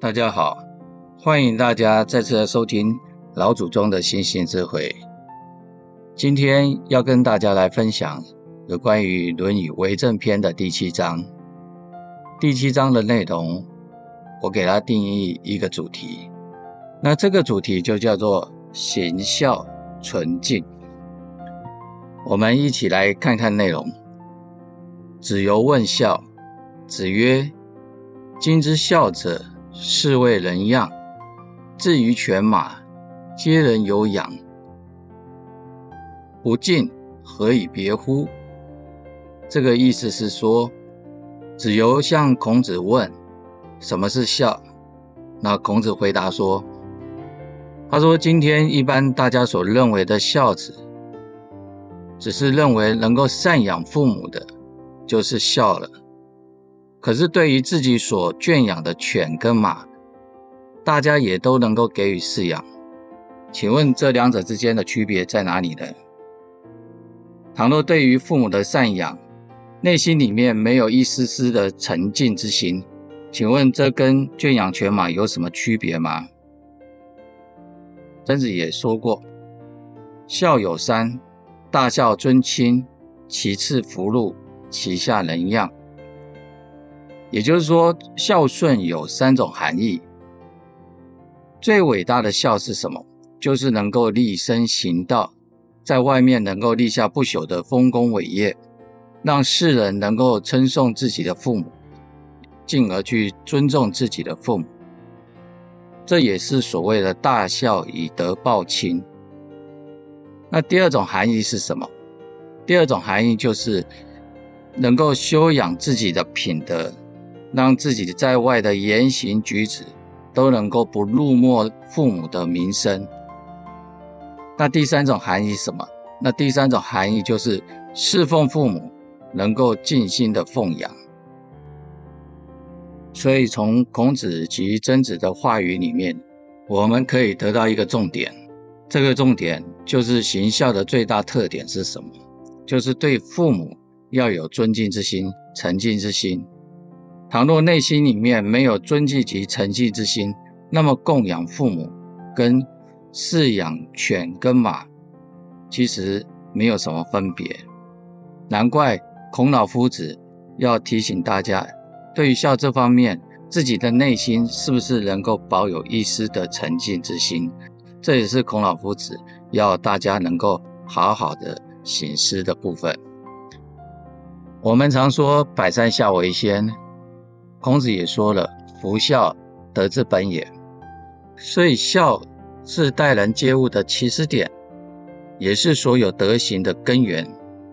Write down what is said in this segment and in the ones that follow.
大家好，欢迎大家再次收听老祖宗的心性智慧。今天要跟大家来分享有关于《论语为政篇》的第7章。第7章的内容，我给它定义一个主题，那这个主题就叫做行孝存敬。我们一起来看看内容。子游问孝，子曰：今之孝者，是谓人样。至于犬马，皆人有养。不敬，何以别乎？这个意思是说，子游向孔子问什么是孝，那孔子回答说，他说今天一般大家所认为的孝子，只是认为能够赡养父母的就是孝了。可是对于自己所圈养的犬跟马，大家也都能够给予饲养，请问这两者之间的区别在哪里呢？倘若对于父母的赡养，内心里面没有一丝丝的诚敬之心，请问这跟圈养犬马有什么区别吗？曾子也说过，孝有三，大孝尊亲，其次福禄，其下人样。也就是说，孝顺有3种含义。最伟大的孝是什么？就是能够立身行道，在外面能够立下不朽的丰功伟业，让世人能够称颂自己的父母，进而去尊重自己的父母。这也是所谓的大孝以德报亲。那第2种含义是什么？第2种含义就是能够修养自己的品德，让自己在外的言行举止都能够不辱没父母的名声。那第3种含义是什么？那第3种含义就是侍奉父母，能够尽心的奉养。所以从孔子及曾子的话语里面，我们可以得到一个重点，这个重点就是行孝的最大特点是什么？就是对父母要有尊敬之心、诚敬之心。倘若内心里面没有尊敬及诚敬之心，那么供养父母跟饲养犬跟马其实没有什么分别。难怪孔老夫子要提醒大家，对于孝这方面，自己的内心是不是能够保有一丝的诚敬之心，这也是孔老夫子要大家能够好好的省思的部分。我们常说百善孝为先，孔子也说了，夫孝，德之本也。所以孝是待人接物的起始点，也是所有德行的根源。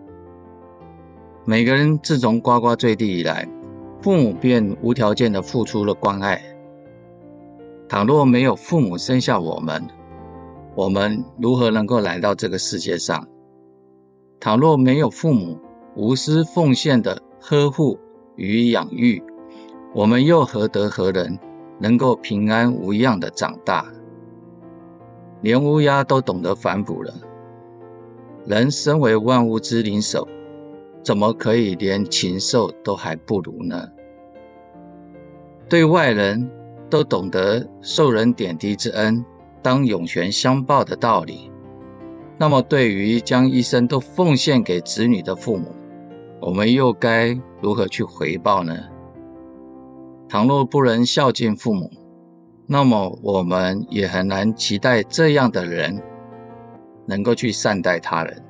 每个人自从呱呱坠地以来，父母便无条件的付出了关爱。倘若没有父母生下我们，我们如何能够来到这个世界上？倘若没有父母无私奉献的呵护与养育，我们又何德何能能够平安无恙的长大？连乌鸦都懂得反哺了，人身为万物之灵首，怎么可以连禽兽都还不如呢？对外人都懂得受人点滴之恩当涌泉相报的道理，那么对于将一生都奉献给子女的父母，我们又该如何去回报呢？倘若不能孝敬父母，那么我们也很难期待这样的人能够去善待他人。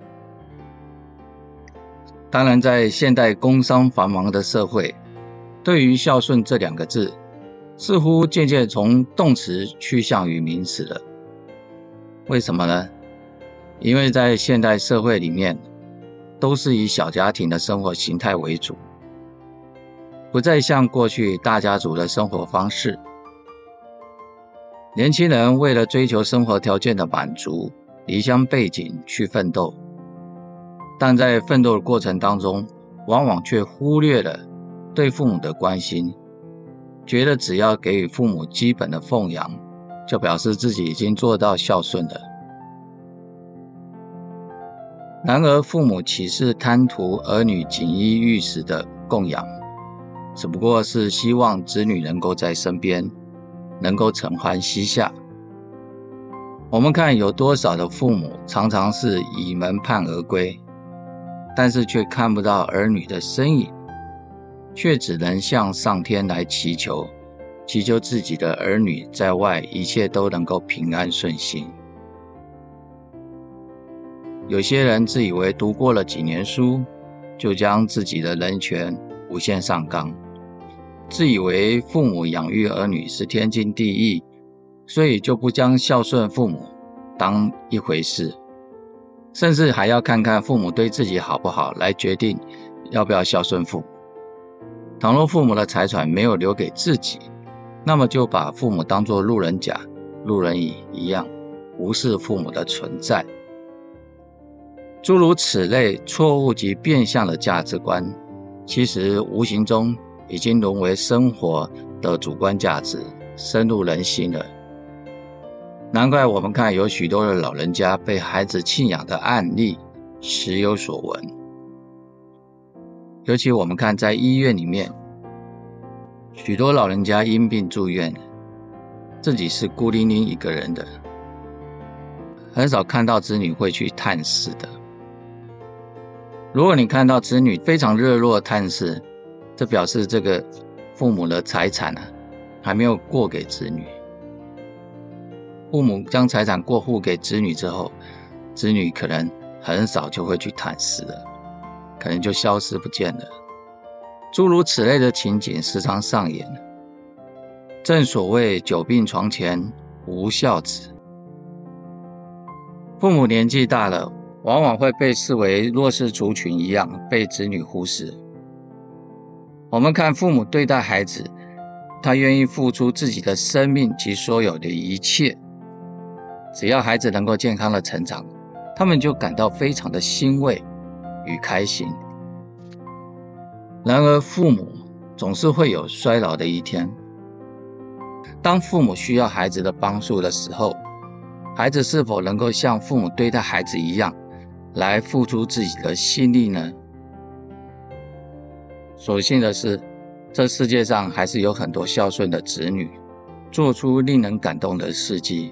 当然，在现代工商繁忙的社会，对于孝顺这2个字，似乎渐渐从动词趋向于名词了。为什么呢？因为在现代社会里面，都是以小家庭的生活形态为主，不再像过去大家族的生活方式。年轻人为了追求生活条件的满足，离乡背井去奋斗，但在奋斗的过程当中，往往却忽略了对父母的关心，觉得只要给予父母基本的奉养，就表示自己已经做到孝顺了。然而父母岂是贪图儿女锦衣玉食的供养，只不过是希望子女能够在身边， 能够承欢膝下。我们看有多少的父母常常是倚门盼而归，但是却看不到儿女的身影，却只能向上天来祈求自己的儿女在外一切都能够平安顺心。有些人自以为读过了几年书，就将自己的人权无限上纲，自以为父母养育儿女是天经地义，所以就不将孝顺父母当一回事，甚至还要看看父母对自己好不好来决定要不要孝顺父母。倘若父母的财产没有留给自己，那么就把父母当作路人甲、路人乙一样，无视父母的存在。诸如此类错误及变相的价值观，其实无形中已经沦为生活的主观价值，深入人心了。难怪我们看有许多的老人家被孩子弃养的案例时有所闻。尤其我们看在医院里面，许多老人家因病住院，自己是孤零零一个人的，很少看到子女会去探视的。如果你看到子女非常热络探视，这表示这个父母的财产还没有过给子女。父母将财产过户给子女之后，子女可能很少就会去探视了，可能就消失不见了。诸如此类的情景时常上演。正所谓久病床前无孝子，父母年纪大了，往往会被视为弱势族群一样被子女忽视。我们看父母对待孩子，他愿意付出自己的生命及所有的一切，只要孩子能够健康的成长，他们就感到非常的欣慰与开心。然而父母总是会有衰老的一天，当父母需要孩子的帮助的时候，孩子是否能够像父母对待孩子一样来付出自己的心力呢？所幸的是，这世界上还是有很多孝顺的子女，做出令人感动的事迹。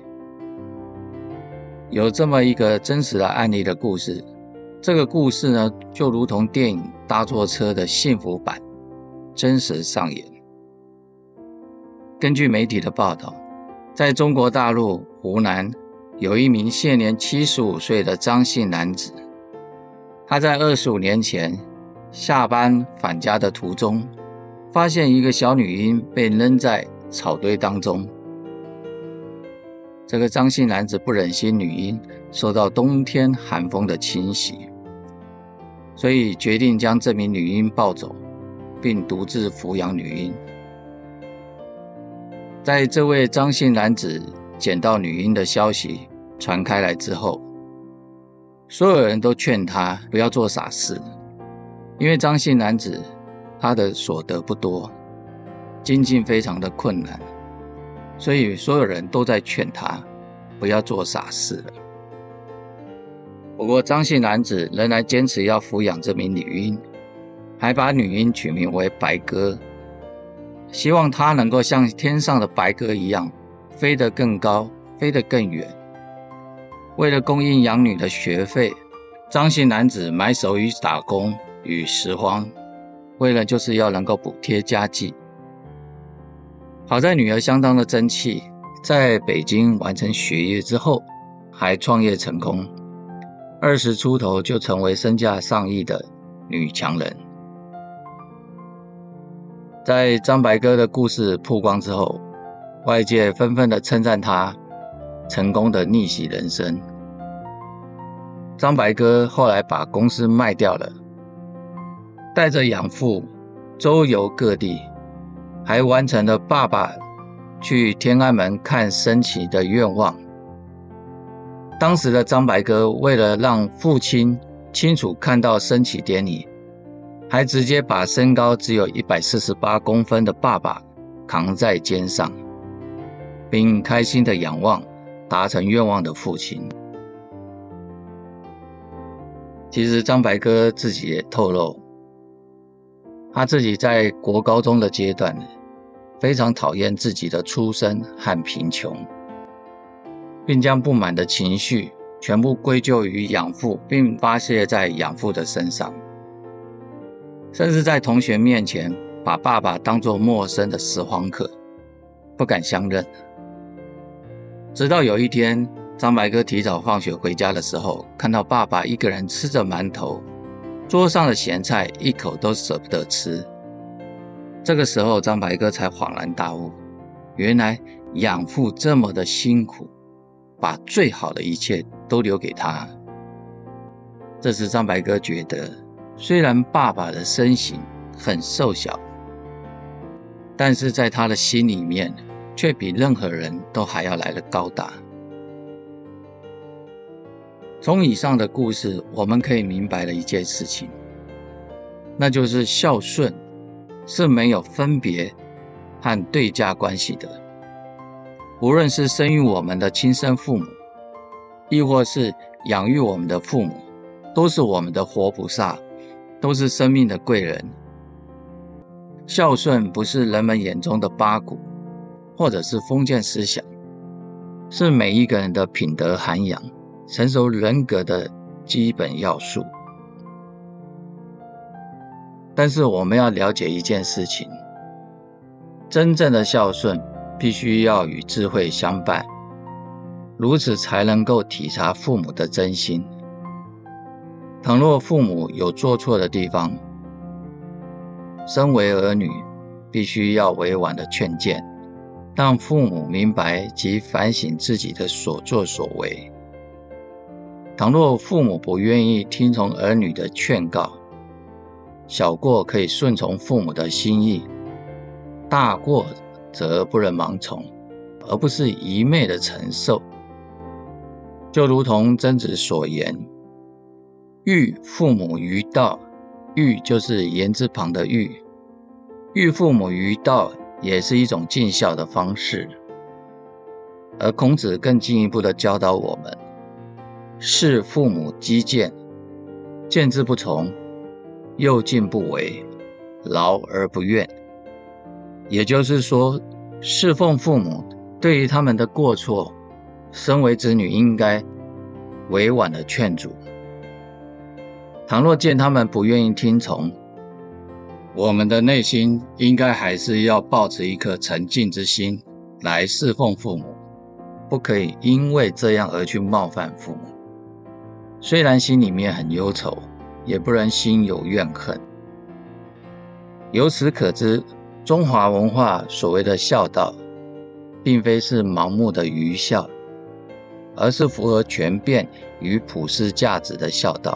有这么一个真实的案例的故事，这个故事呢，就如同电影《搭错车》的幸福版，真实上演。根据媒体的报道，在中国大陆湖南有一名现年75岁的张姓男子，他在25年前下班返家的途中，发现一个小女婴被扔在草堆当中。这个张姓男子不忍心女婴受到冬天寒风的侵袭，所以决定将这名女婴抱走，并独自抚养女婴。在这位张姓男子捡到女婴的消息传开来之后，所有人都劝他不要做傻事，因为张姓男子他的所得不多，经济非常的困难，所以所有人都在劝他不要做傻事了。不过张姓男子仍然坚持要抚养这名女婴，还把女婴取名为白鸽，希望她能够像天上的白鸽一样飞得更高，飞得更远。为了供应养女的学费，张姓男子埋首于打工与拾荒，为了就是要能够补贴家计。好在女儿相当的争气，在北京完成学业之后，还创业成功，20出头就成为身价上亿的女强人。在张白鸽的故事曝光之后，外界纷纷的称赞她成功的逆袭人生。张白鸽后来把公司卖掉了，带着养父周游各地，还完成了爸爸去天安门看升旗的愿望。当时的张白鸽为了让父亲清楚看到升旗典礼，还直接把身高只有148公分的爸爸扛在肩上，并开心地仰望达成愿望的父亲。其实张白鸽自己也透露，他自己在国高中的阶段非常讨厌自己的出身和贫穷，并将不满的情绪全部归咎于养父，并发泄在养父的身上，甚至在同学面前把爸爸当作陌生的拾荒客，不敢相认。直到有一天，张白哥提早放学回家的时候，看到爸爸一个人吃着馒头，桌上的咸菜一口都舍不得吃。这个时候，张白哥才恍然大悟，原来养父这么的辛苦，把最好的一切都留给他。这时张白哥觉得，虽然爸爸的身形很瘦小，但是在他的心里面却比任何人都还要来得高大。从以上的故事，我们可以明白了一件事情，那就是孝顺是没有分别和对价关系的。无论是生育我们的亲生父母，亦或是养育我们的父母，都是我们的活菩萨，都是生命的贵人。孝顺不是人们眼中的八股，或者是封建思想，是每一个人的品德涵养、成熟人格的基本要素。但是我们要了解一件事情，真正的孝顺必须要与智慧相伴，如此才能够体察父母的真心。倘若父母有做错的地方，身为儿女必须要委婉的劝谏，让父母明白及反省自己的所作所为。倘若父母不愿意听从儿女的劝告，小过可以顺从父母的心意，大过则不能盲从，而不是一昧的承受。就如同曾子所言，育父母于道，育就是言字旁的育，育父母于道也是一种尽孝的方式。而孔子更进一步的教导我们，视父母积谏，谏之不从，诱进不为，劳而不怨。也就是说，侍奉父母对于他们的过错，身为子女应该委婉的劝阻。倘若见他们不愿意听从，我们的内心应该还是要抱持一颗诚敬之心来侍奉父母，不可以因为这样而去冒犯父母。虽然心里面很忧愁，也不能心有怨恨。由此可知，中华文化所谓的孝道，并非是盲目的愚孝，而是符合权变与普世价值的孝道。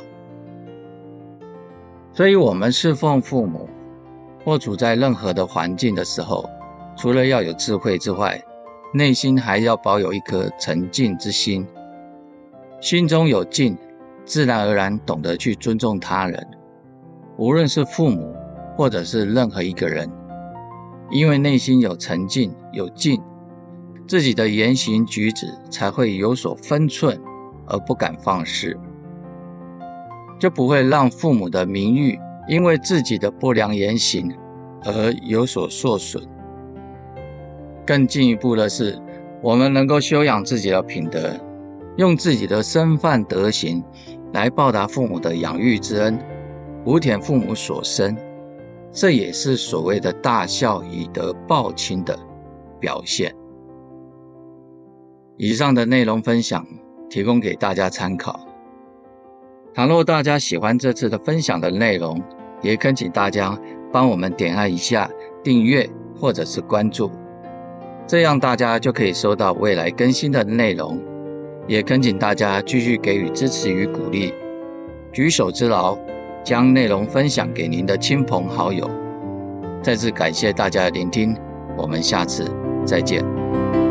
所以我们侍奉父母或处在任何的环境的时候，除了要有智慧之外，内心还要保有一颗诚敬之心，心中有敬，自然而然懂得去尊重他人，无论是父母或者是任何一个人。因为内心有诚敬有敬，自己的言行举止才会有所分寸，而不敢放肆，就不会让父母的名誉因为自己的不良言行而有所受损。更进一步的是，我们能够修养自己的品德，用自己的身范德行来报答父母的养育之恩，补填父母所生，这也是所谓的大孝以德报亲的表现。以上的内容分享提供给大家参考。倘若大家喜欢这次的分享的内容，也恳请大家帮我们点按一下订阅或者是关注，这样大家就可以收到未来更新的内容。也恳请大家继续给予支持与鼓励，举手之劳，将内容分享给您的亲朋好友。再次感谢大家的聆听，我们下次再见。